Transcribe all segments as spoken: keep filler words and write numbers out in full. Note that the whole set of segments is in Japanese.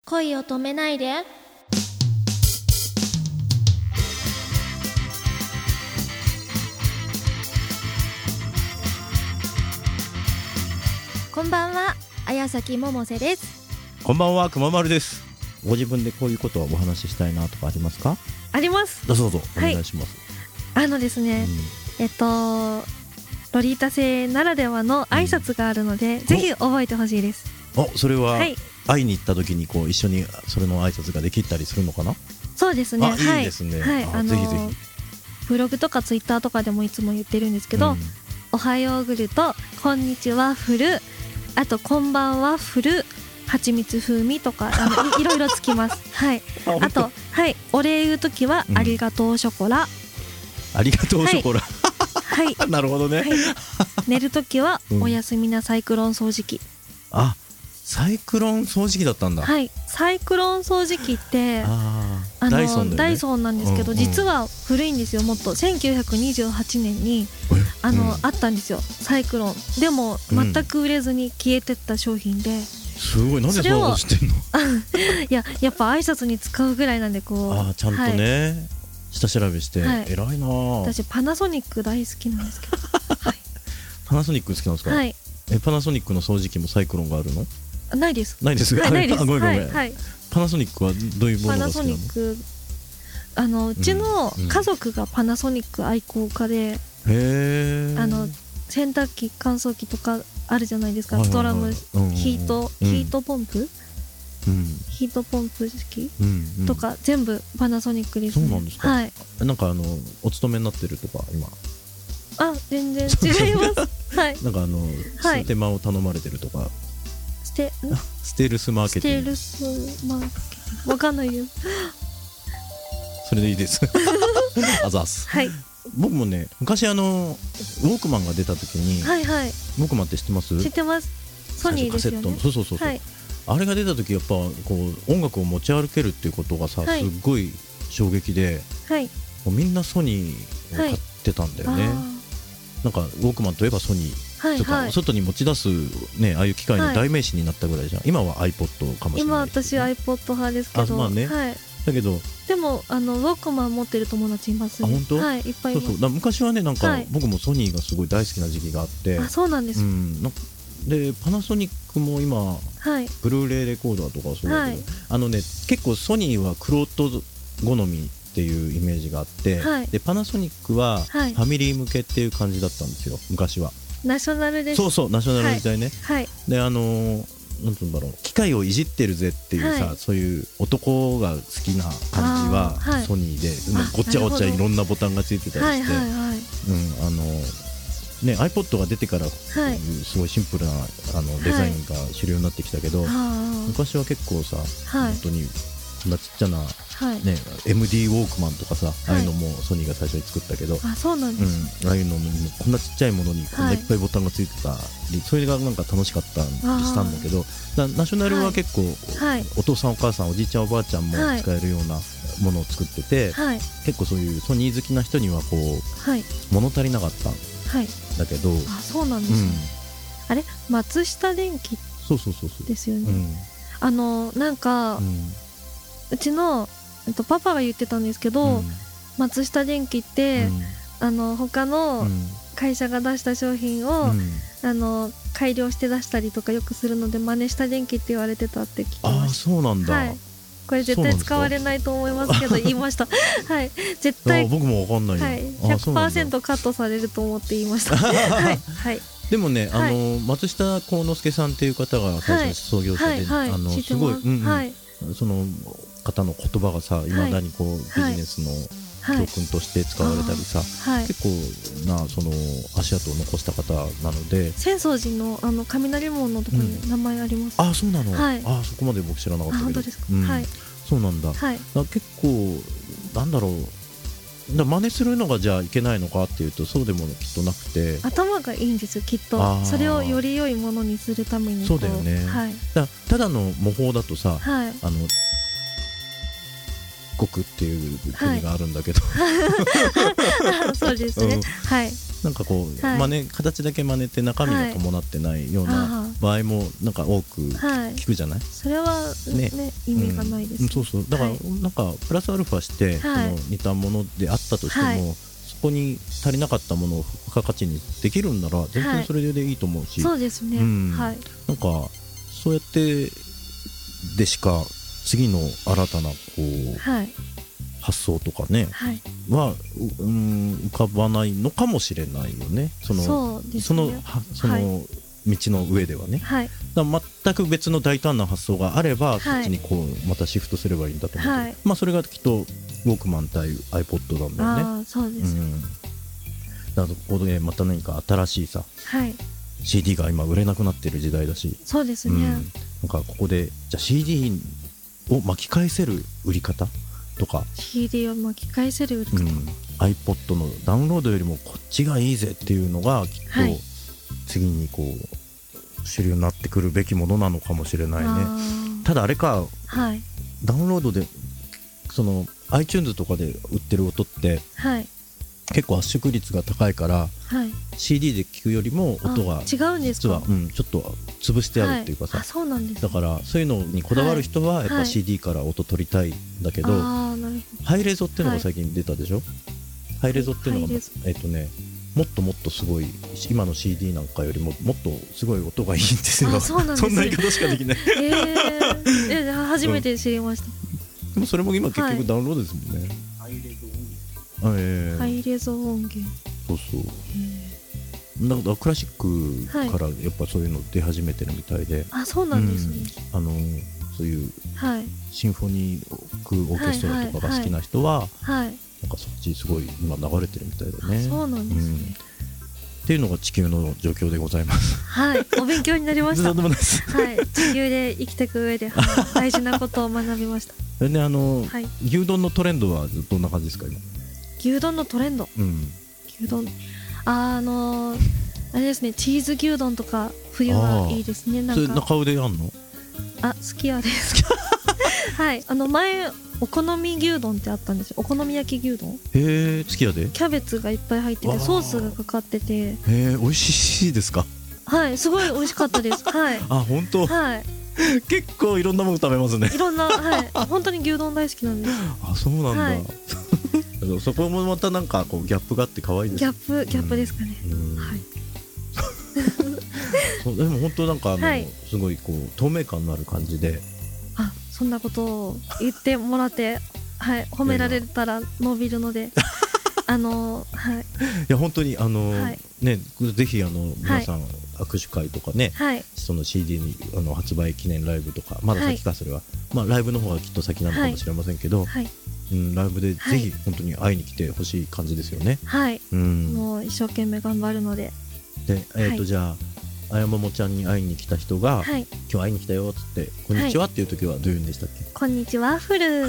恋を止めないで。こんばんは、綾崎百瀬です。 こんばんは、くままるです。ご自分でこういうことをお話ししたいなとかありますか？ あります。 どうぞどうぞお願いします。 はい、あのですね、うん、えっとロリータ星ならではの挨拶があるので、うん、ぜひ覚えてほしいです。 お、それは、 はい、 会いに行った時にこう一緒にそれの挨拶ができたりするのかな？ そうですね。 あ、いいですね。 はい、あのー、ぜひぜひブログとかツイッターとかでもいつも言ってるんですけど、うん、おはようグルとこんにちはフル、あとこんばんはフル、はちみつ風味とかあの い, いろいろつきます。はい。あと、はい、お礼言うときは、うん、ありがとうショコラ。 ありがとうショコラ。 はい。 なるほどね。はい、 寝るときは、うん、おやすみなサイクロン掃除機。 あ、サイクロン掃除機だったんだ。 はい。サイクロン掃除機ってああのダイソンだよね。 ダイソンなんですけど、うんうん、実は古いんですよ。もっとせんきゅうひゃくにじゅうはちねんにあの、うん、あったんですよ、サイクロン。でも全く売れずに消えてった商品で、うん、 すごい。なんでそんなこと知ってんの？ いや、やっぱ挨拶に使うぐらいなんで、こうあちゃんとね、はい、下調べして、はい、偉いな。 私パナソニック大好きなんですけど、はい、 パナソニック好きなんですか？はい。え、パナソニックの掃除機もサイクロンがあるの？ ないです。 ないです。 はい、ないです。 ごめんごめん、 はいはい、 パナソニックはどういうものが好きなの？ パナソニック、あのうちの家族がパナソニック愛好家で、うんうん、へー、あの洗濯機乾燥機とかあるじゃないですか、ストラム、うんうんうん、ヒート、ヒートポンプ、うん、ヒートポンプ式、うんうん、とか全部パナソニックですね。 そうなんですか？はい。なんかあのお勤めになってるとか今？ あ、全然違います。はい。 なんかあの、はい、ステマを頼まれてるとか。 ステステルスマーケティング。 ステルスマーケティング、わかんないです。 それでいいです。あざす。 はい。 僕もね、昔あのウォークマンが出た時に、 はいはい、 ウォークマンって知ってます？ 知ってます。ソニーですよね。 そうそうそうそう、はい、あれが出た時やっぱこう音楽を持ち歩けるっていうことがさ、はい、すっごい衝撃で、はい、もうみんなソニーを買ってたんだよね、はい、なんかウォークマンといえばソニー、はいはい、外に持ち出す、ね、ああいう機械の代名詞になったぐらいじゃん、はい、今は iPod かもしれない、ね、今私 iPod 派ですけど、 あ、まあね、はい、だけどでもあのウォークマン持ってる友達います、ね、 あ、本当？ はい、いっぱいいます。 そうそう、だ昔はね、なんか、はい、僕もソニーがすごい大好きな時期があって。 あ、そうなんです、うん、 なでパナソニックも今、はい、ブルーレイレコーダーとかそうだけど、はい、あのね、結構ソニーはクロート好みっていうイメージがあって、はい、でパナソニックはファミリー向けっていう感じだったんですよ、昔は。 ナショナルです。 そうそう、ナショナルの時代ね、 はい、 であのーなんていうんだろう、機械をいじってるぜっていうさ、はい、そういう男が好きな感じはソニーで、はい、ごっちゃごっちゃいろんなボタンがついてたりして、はいはいはい、うん、あのね、iPod が出てから、はい、すごいシンプルなあのデザインが主流になってきたけど、はい、昔は結構さ、はい、本当にこんなちっちゃな、はいね、エムディー ウォークマンとかさ、はい、ああいうのもソニーが最初に作ったけど、 あ、そうなんです、 うん、ああいうのもこんなちっちゃいものにこんないっぱいボタンがついてたり、それがなんか楽しかったりしたんだけど、ナショナルは結構、はい、お父さんお母さんおじいちゃんおばあちゃんも使えるようなものを作ってて、はい、結構そういうソニー好きな人にはこう、はい、物足りなかったんだけど、はい、 あ、そうなんですね、うん、あれ松下電器そうそうそうそうですよね、うん、あのなんか、うん、うちのパパが言ってたんですけど、うん、松下電器って、うん、あの他の会社が出した商品を、うん、あの改良して出したりとかよくするので真似した電気って言われてたって聞きました。あ、 そうなんだ、はい、 これ絶対使われないと思いますけど言いました。はい、絶対僕も分かんないよ、はい、 ひゃくパーセント カットされると思って言いました。はいはい、でもね、あの、はい、松下幸之助さんっていう方が最初創業者で、はいはいはい、あのすごい、うんうん、はい、その方の言葉がさ、いまだにこう、はい、ビジネスの教訓として使われたりさ、はい、結構なその足跡を残した方なので、 浅草寺 の, あの雷門のところに名前あります、 うん、あ、そうなの、はい、あ、そこまで僕知らなかったけど。 あ、本当ですか、 うん、 はい、 そうなんだ、はい、だ結構なんだろう、だ真似するのがじゃあいけないのかっていうとそうでもきっとなくて、 頭がいいんですよきっと。それをより良いものにするために。 そうだよね、はい、だただの模倣だとさ、はい、あの国っていう国があるんだけど、 はい、そうですね、うん、はい、 なんかこう、はい、真似形だけ真似て中身が伴ってないような場合もなんか多く聞くじゃない、はい、 それは、ねね、意味がないです、 うん、そうそうだから、はい、なんかプラスアルファして、はい、その似たものであったとしても、はい、そこに足りなかったものを付加価値にできるんなら全然それでいいと思うし、 はい、そうですね、うん、はい、 なんかそうやってでしか次の新たなこう、はい、発想とかね、はい、はう、うん、浮かばないのかもしれないよね。そのそうですね、 そのその、はい、道の上ではね、はい、だ全く別の大胆な発想があれば、はい、そっちにこうまたシフトすればいいんだと思う、はい、まあそれがきっとウォークマン対 iPod なんだよね。 あそうです、うん、 だからここでまた何か新しいさ、 はい、 シーディー が今売れなくなってる時代だし、 そうですね、うん、 なんかここでじゃあ シーディー を巻き返せる売り方とかシーディー を巻き返せる売り方、うん、 iPod のダウンロードよりもこっちがいいぜっていうのがきっと、はい、次にこう主流になってくるべきものなのかもしれないね。ただあれか、はい、ダウンロードでその iTunes とかで売ってる音って、はい、結構圧縮率が高いから、はい、シーディー で聞くよりも音が違うんですか？ 実は、うん、ちょっと潰してあるっていうかさ、 はい、あ、そうなんです、 だからそういうのにこだわる人はやっぱ シーディー から音取りたいんだけど、はい、あ、なるほど、ハイレゾっていうのが最近出たでしょ、はい、ハイレゾっていうのが、えっとね、もっともっとすごい今の シーディー なんかよりももっとすごい音がいいんですよ。 あ、そうなんです、 そんな言い方しかできないえー、え初めて知りました、うん、 でもそれも今結局ダウンロードですもんね、 はい、ハイレゾ音源、 あ、えー、 ハイレゾ音源、 そうそう、だからクラシックからやっぱそういうの出始めてるみたいで、 はい、あ、そうなんですね、 うん、あのそういうシンフォニークオーケストラとかが好きな人は、はい、なんかそっちすごい今流れてるみたいだね。 そうなんですね、うん、 っていうのが地球の状況でございます。 はい、お勉強になりました。はい、地球で生きていく上で、はい、大事なことを学びました。 それであの、はい、牛丼のトレンドはどんな感じですか今？ 牛丼のトレンド、うん、牛丼、あ、あのー、あれですね、チーズ牛丼とか冬はいいですね。なんかそれ中腕やんの？ あ、好きやですはい、あの前お好み牛丼ってあったんですよ。お好み焼き牛丼、 へえ、好きやで。 キャベツがいっぱい入っててソースがかかってて、へえ、美味しいですか？ はい、すごい美味しかったですはい、 あ、本当？ はい、 結構いろんなもの食べますね。 いろんな、はい、本当に牛丼大好きなんです。 あ、そうなんだ、はい、そこもまたなんかこうギャップがあって可愛いです。 ギャップ、ギャップですかね、はい。 そうでも本当なんかあの、はい、すごいこう透明感のある感じで、 あ、そんなことを言ってもらって、はい、褒められたら伸びるのであの、はい、いや本当にあの、はい、ね、ぜひあの皆さん、はい、握手会とかね、はい、その シーディー にあの発売記念ライブとかまだ先かそれは、はい、まあライブの方がきっと先なのかもしれませんけど、はい、うん、ライブでぜひ本当に会いに来てほしい感じですよね。 はい、うん、もう一生懸命頑張るので、 で、えーとはい、じゃああやももちゃんに会いに来た人が、はい、今日会いに来たよっつってこんにちはっていう時はどういうんでしたっけ？ こんにちは、ワッフル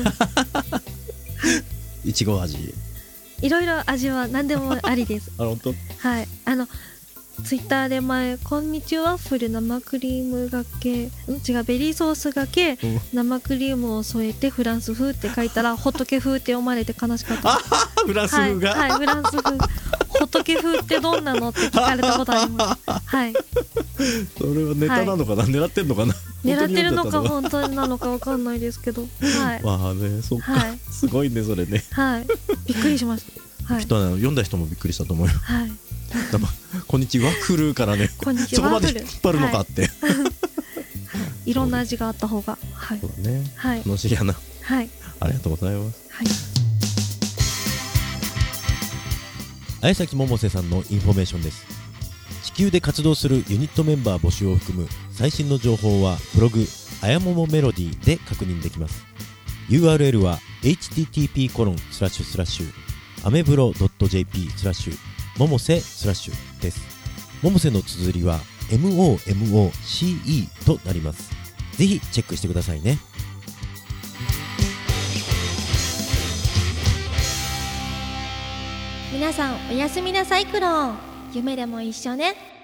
いちご味、 いろいろ味は何でもありですあ、本当？ はい、あのツイッターで前こんにちはワッフル生クリームがけ、ん違う、ベリーソースがけ、うん、生クリームを添えてフランス風って書いたら仏風って読まれて悲しかったフランス風が、 はい、はい、フランス風仏風ってどんなのって聞かれたことありますはい、 それはネタなのかな、はい、狙ってんのかな、 狙ってるのか本当なのかわかんないですけど、はい、 まあね、そっか、はい、すごいねそれね、 はい、びっくりしました、はい、 きっと読んだ人もびっくりしたと思うよ、 はい、 こんにちはフルからねこんにちそこまで引っ張るのかって、はい、 いろんな味があった方が、はい、 そうだね、はい、楽しいやな、 はい、 ありがとうございます、 はい、 綾崎百瀬さんのインフォメーションです。地球で活動するユニットメンバー募集を含む最新の情報はブログあやももメロディーで確認できます。 ユーアールエル は エイチティーティーピーコロンスラッシュスラッシュアメブロドットジェーピースラッシュももせスラッシュです。ももせの綴りは エムオーエムオーシーイー となります。ぜひチェックしてくださいね。 皆さんおやすみなさいクローン、夢でも一緒ね。